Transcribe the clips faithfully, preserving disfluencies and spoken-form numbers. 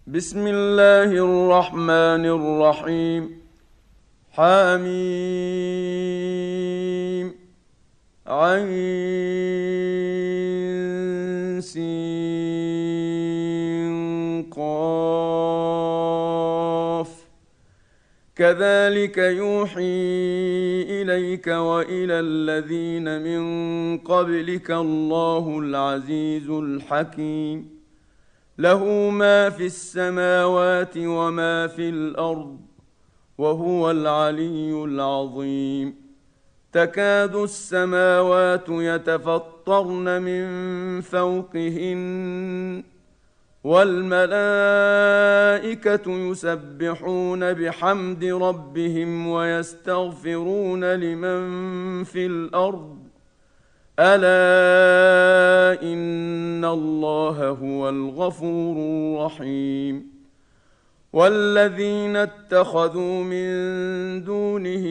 بسم الله الرحمن الرحيم. حميم عين سين قاف. كذلك يوحي إليك وإلى الذين من قبلك الله العزيز الحكيم. له ما في السماوات وما في الأرض وهو العلي العظيم. تكاد السماوات يتفطرن من فوقهن والملائكة يسبحون بحمد ربهم ويستغفرون لمن في الأرض ألا إن الله هو الغفور الرحيم. والذين اتخذوا من دونه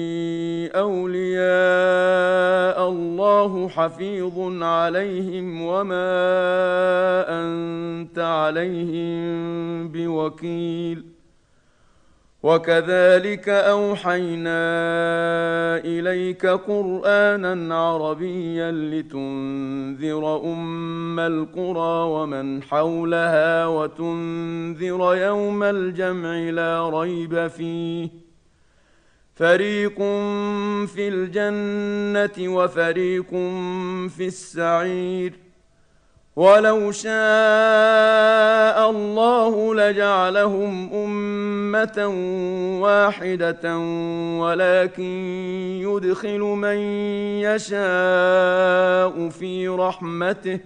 أولياء الله حفيظ عليهم وما أنت عليهم بوكيل. وكذلك أوحينا إليك قرآنا عربيا لتنذر أم القرى ومن حولها وتنذر يوم الجمع لا ريب فيه فريق في الجنة وفريق في السعير. ولو شاء الله لجعلهم أمة واحدة ولكن يدخل من يشاء في رحمته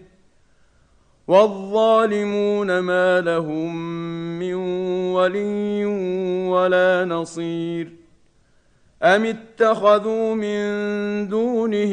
والظالمون ما لهم من ولي ولا نصير. أم اتخذوا من دونه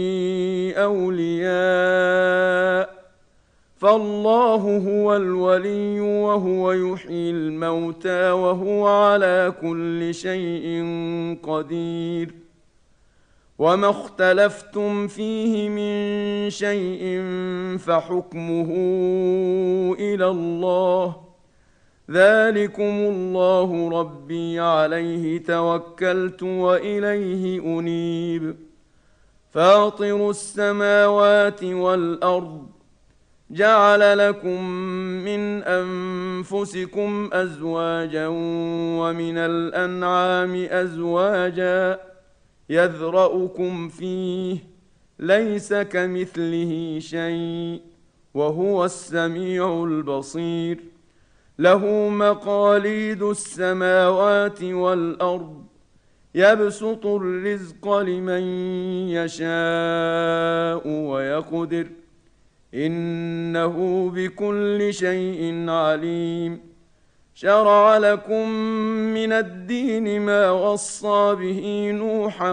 أولياء فالله هو الولي وهو يحيي الموتى وهو على كل شيء قدير. وما اختلفتم فيه من شيء فحكمه إلى الله ذلكم الله ربي عليه توكلت وإليه أنيب. فاطر السماوات والأرض جعل لكم من أنفسكم أزواجا ومن الأنعام أزواجا يذرأكم فيه ليس كمثله شيء وهو السميع البصير. له مقاليد السماوات والأرض يبسط الرزق لمن يشاء ويقدر إنه بكل شيء عليم. شرع لكم من الدين ما وصى به نوحا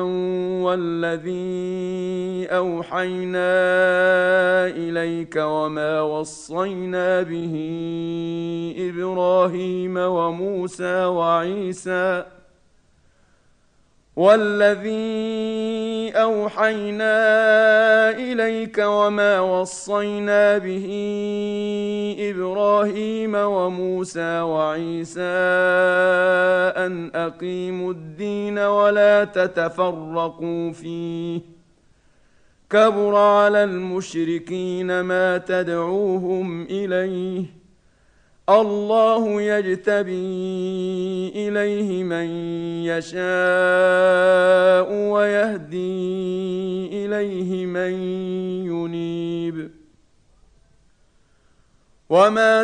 والذي أوحينا إليك وما وصينا به إبراهيم وموسى وعيسى والذي أوحينا إليك وما وصينا به إبراهيم وموسى وعيسى أن أقيموا الدين ولا تتفرقوا فيه كبر على المشركين ما تدعوهم إليه الله يجتبي إليه من يشاء ويهدي إليه من ينيب. وما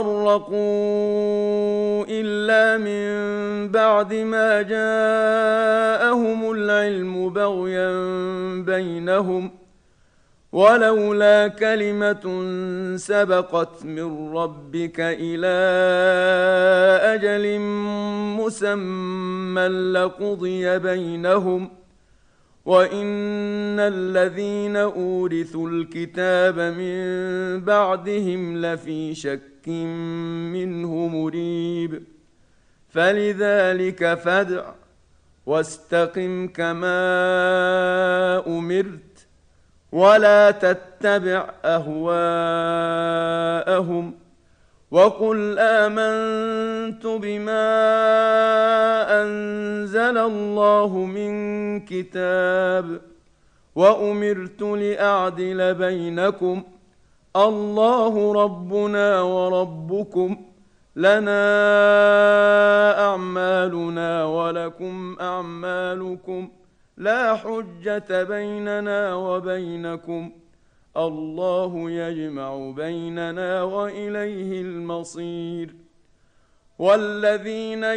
تفرقوا إلا من بعد ما جاءهم العلم بغيا بينهم ولولا كلمة سبقت من ربك إلى أجل مسمى لقضي بينهم وإن الذين أورثوا الكتاب من بعدهم لفي شك منه مريب. فلذلك فادع واستقم كما أمرت ولا تتبع أهواءهم وقل آمنت بما أنزل الله من كتاب وأمرت لأعدل بينكم الله ربنا وربكم لنا أعمالنا ولكم أعمالكم لا حجة بيننا وبينكم الله يجمع بيننا وإليه المصير. والذين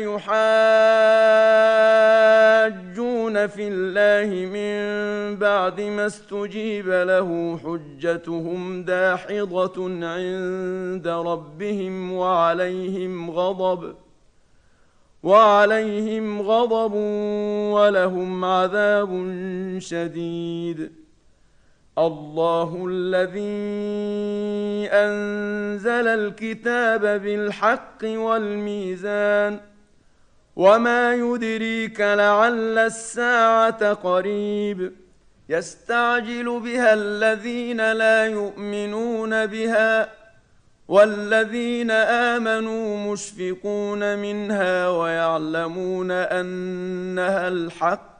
يحاجون في الله من بعد ما استجيب له حجتهم داحضة عند ربهم وعليهم غضب وعليهم غضب ولهم عذاب شديد. الله الذي أنزل الكتاب بالحق والميزان وما يدريك لعل الساعة قريب يستعجل بها الذين لا يؤمنون بها والذين آمنوا مشفقون منها ويعلمون أنها الحق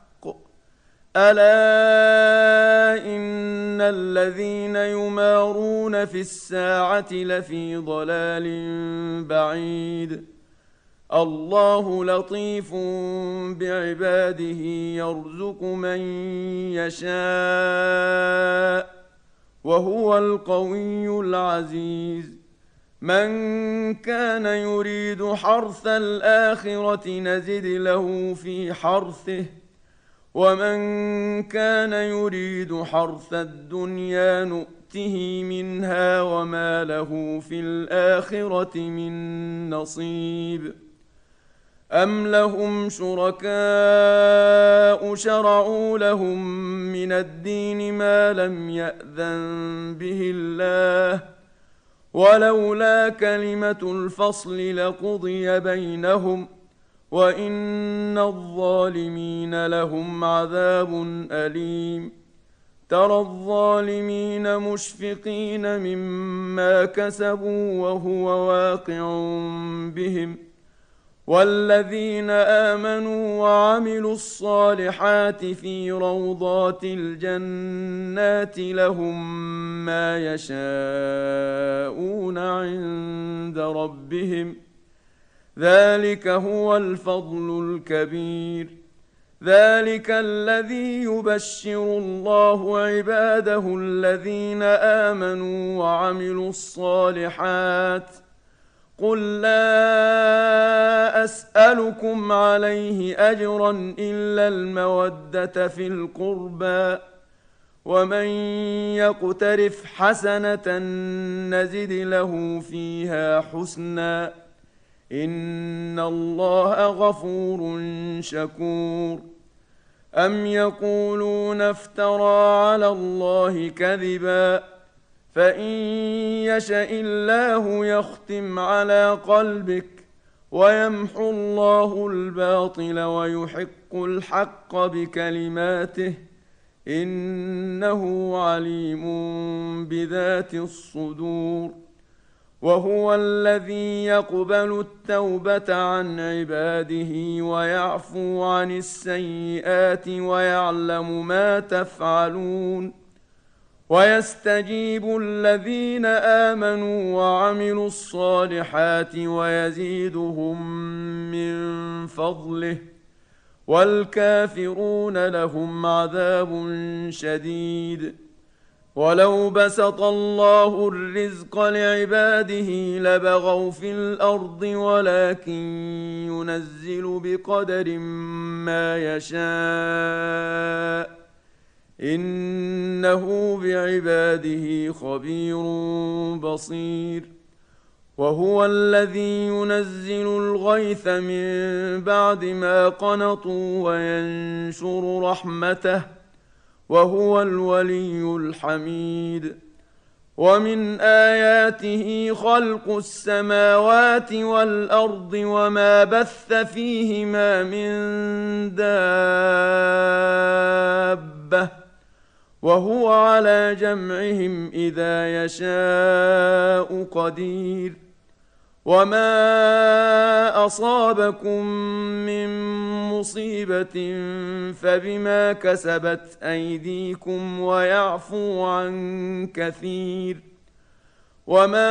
ألا إن الذين يمارون في الساعة لفي ضلال بعيد. الله لطيف بعباده يرزق من يشاء وهو القوي العزيز. من كان يريد حرث الآخرة نزد له في حرثه ومن كان يريد حرث الدنيا نؤته منها وما له في الآخرة من نصيب. أم لهم شركاء شرعوا لهم من الدين ما لم يأذن به الله ولولا كلمة الفصل لقضي بينهم وإن الظالمين لهم عذاب أليم. ترى الظالمين مشفقين مما كسبوا وهو واقع بهم والذين آمنوا وعملوا الصالحات في روضات الجنات لهم ما يشاءون عند ربهم ذلك هو الفضل الكبير. ذلك الذي يبشر الله عباده الذين آمنوا وعملوا الصالحات قل لا أسألكم عليه أجرا إلا المودة في القربى ومن يقترف حسنة نزد له فيها حسنا إن الله غفور شكور. أم يقولون افترى على الله كذبا فإن يشأ الله يختم على قلبك ويمحو الله الباطل ويحق الحق بكلماته إنه عليم بذات الصدور. وهو الذي يقبل التوبة عن عباده ويعفو عن السيئات ويعلم ما تفعلون ويستجيب الذين آمنوا وعملوا الصالحات ويزيدهم من فضله والكافرون لهم عذاب شديد. ولو بسط الله الرزق لعباده لبغوا في الأرض ولكن ينزل بقدر ما يشاء إنه بعباده خبير بصير. وهو الذي ينزل الغيث من بعد ما قنطوا وينشر رحمته وهو الولي الحميد. ومن آياته خلق السماوات والأرض وما بث فيهما من دابة وهو على جمعهم إذا يشاء قدير. وما اصابكم من مصيبه فبما كسبت ايديكم ويعفو عن كثير. وما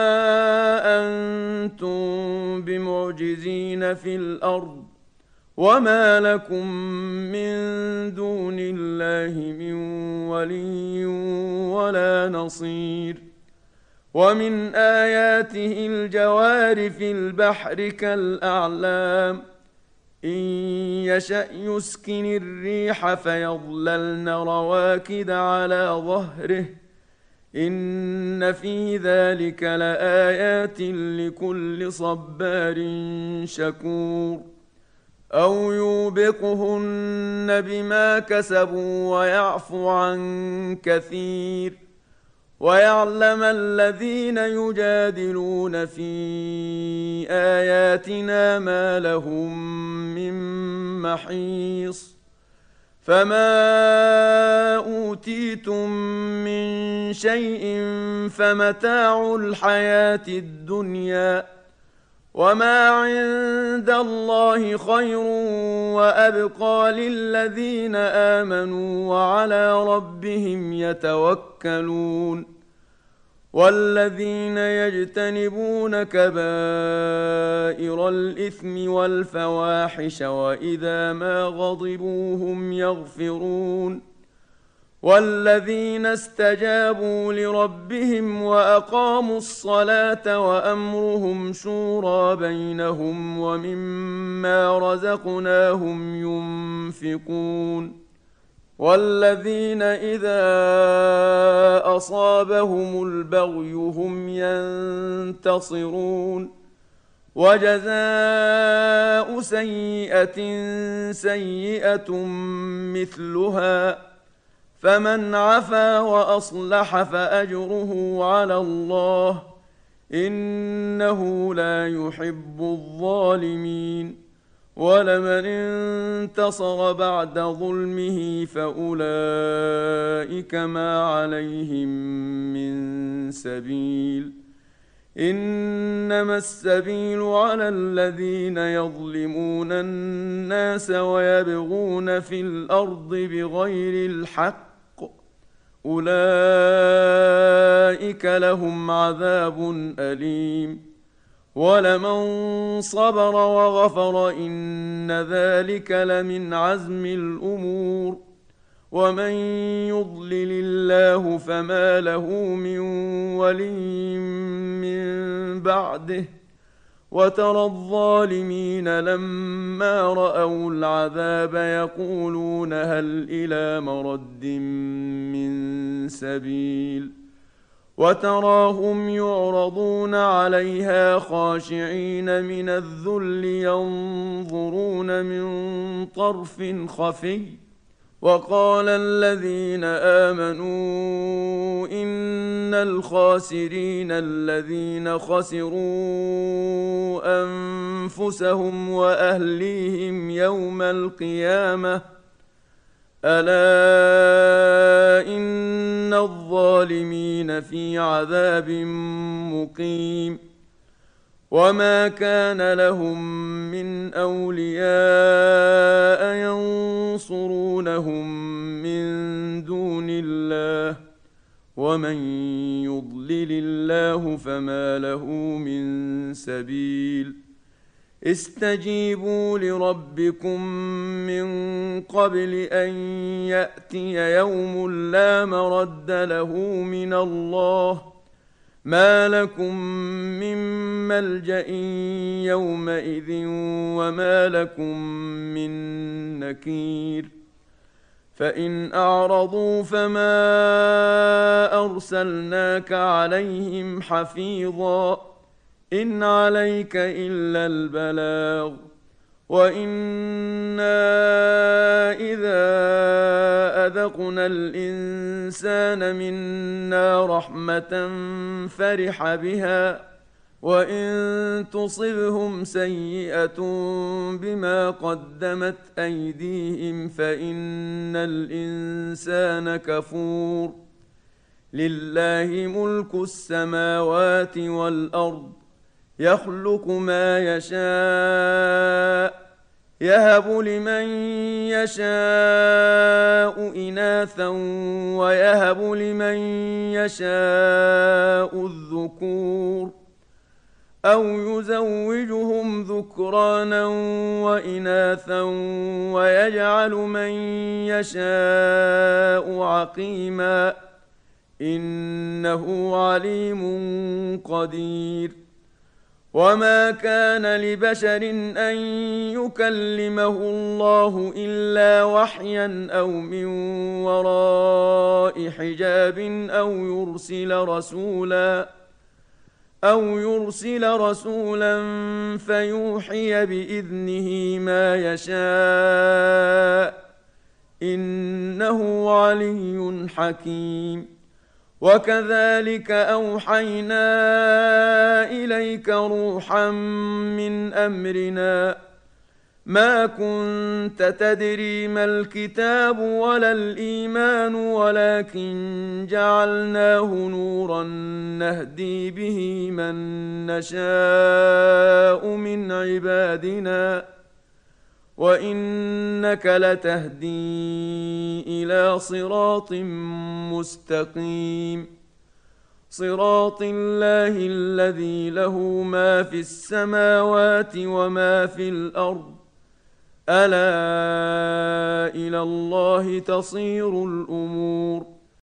انتم بمعجزين في الارض وما لكم من دون الله من ولي ولا نصير. ومن آياته الجوار في البحر كالأعلام إن يشأ يسكن الريح فيظللن رواكد على ظهره إن في ذلك لآيات لكل صبار شكور. أو يوبقهن بما كسبوا ويعفو عن كثير. ويعلم الذين يجادلون في آياتنا ما لهم من محيص. فما أوتيتم من شيء فمتاع الحياة الدنيا وما عند الله خير وأبقى للذين آمنوا وعلى ربهم يتوكلون. والذين يجتنبون كبائر الإثم والفواحش وإذا ما غضبوا هم يغفرون. والذين استجابوا لربهم وأقاموا الصلاة وأمرهم شورى بينهم ومما رزقناهم ينفقون. والذين إذا أصابهم البغي هم ينتصرون. وجزاء سيئة سيئة مثلها فمن عفا وأصلح فأجره على الله إنه لا يحب الظالمين. ولمن انتصر بعد ظلمه فأولئك ما عليهم من سبيل إنما السبيل على الذين يظلمون الناس ويبغون في الأرض بغير الحق أولئك لهم عذاب أليم. ولمن صبر وغفر إن ذلك لمن عزم الأمور. ومن يضلل الله فما له من ولي من بعده وترى الظالمين لما رأوا العذاب يقولون هل إلى مرد من سبيل. وتراهم يعرضون عليها خاشعين من الذل ينظرون من طرف خفي. وقال الذين آمنوا إن الخاسرين الذين خسروا أنفسهم وأهليهم يوم القيامة ألا إن الظالمين في عذاب مقيم. وما كان لهم من أولياء ينصرونهم من دون الله ومن يضلل الله فما له من سبيل. استجيبوا لربكم من قبل أن يأتي يوم لا مرد له من الله ما لكم من ملجأ يومئذ وما لكم من نكير. فإن أعرضوا فما أرسلناك عليهم حفيظا إن عليك إلا البلاغ وإنا إذا أذقنا الإنسان منا رحمة فرح بها وإن تصبهم سيئة بما قدمت أيديهم فإن الإنسان كفور. لله ملك السماوات والأرض يخلق ما يشاء يهب لمن يشاء إناثا ويهب لمن يشاء الذكور أو يزوجهم ذكرانا وإناثا ويجعل من يشاء عقيما إنه عليم قدير. وما كان لبشر أن يكلمه الله إلا وحيا أو من وراء حجاب أو يرسل رسولا أو يرسل رسولا فيوحي بإذنه ما يشاء إنه علي حكيم. وكذلك أوحينا إليك روحا من أمرنا ما كنت تدري ما الكتاب ولا الإيمان ولكن جعلناه نورا نهدي به من نشاء من عبادنا وإنك لتهدي إلى صراط مستقيم صراط الله الذي له ما في السماوات وما في الأرض ألا إلى الله تصير الأمور.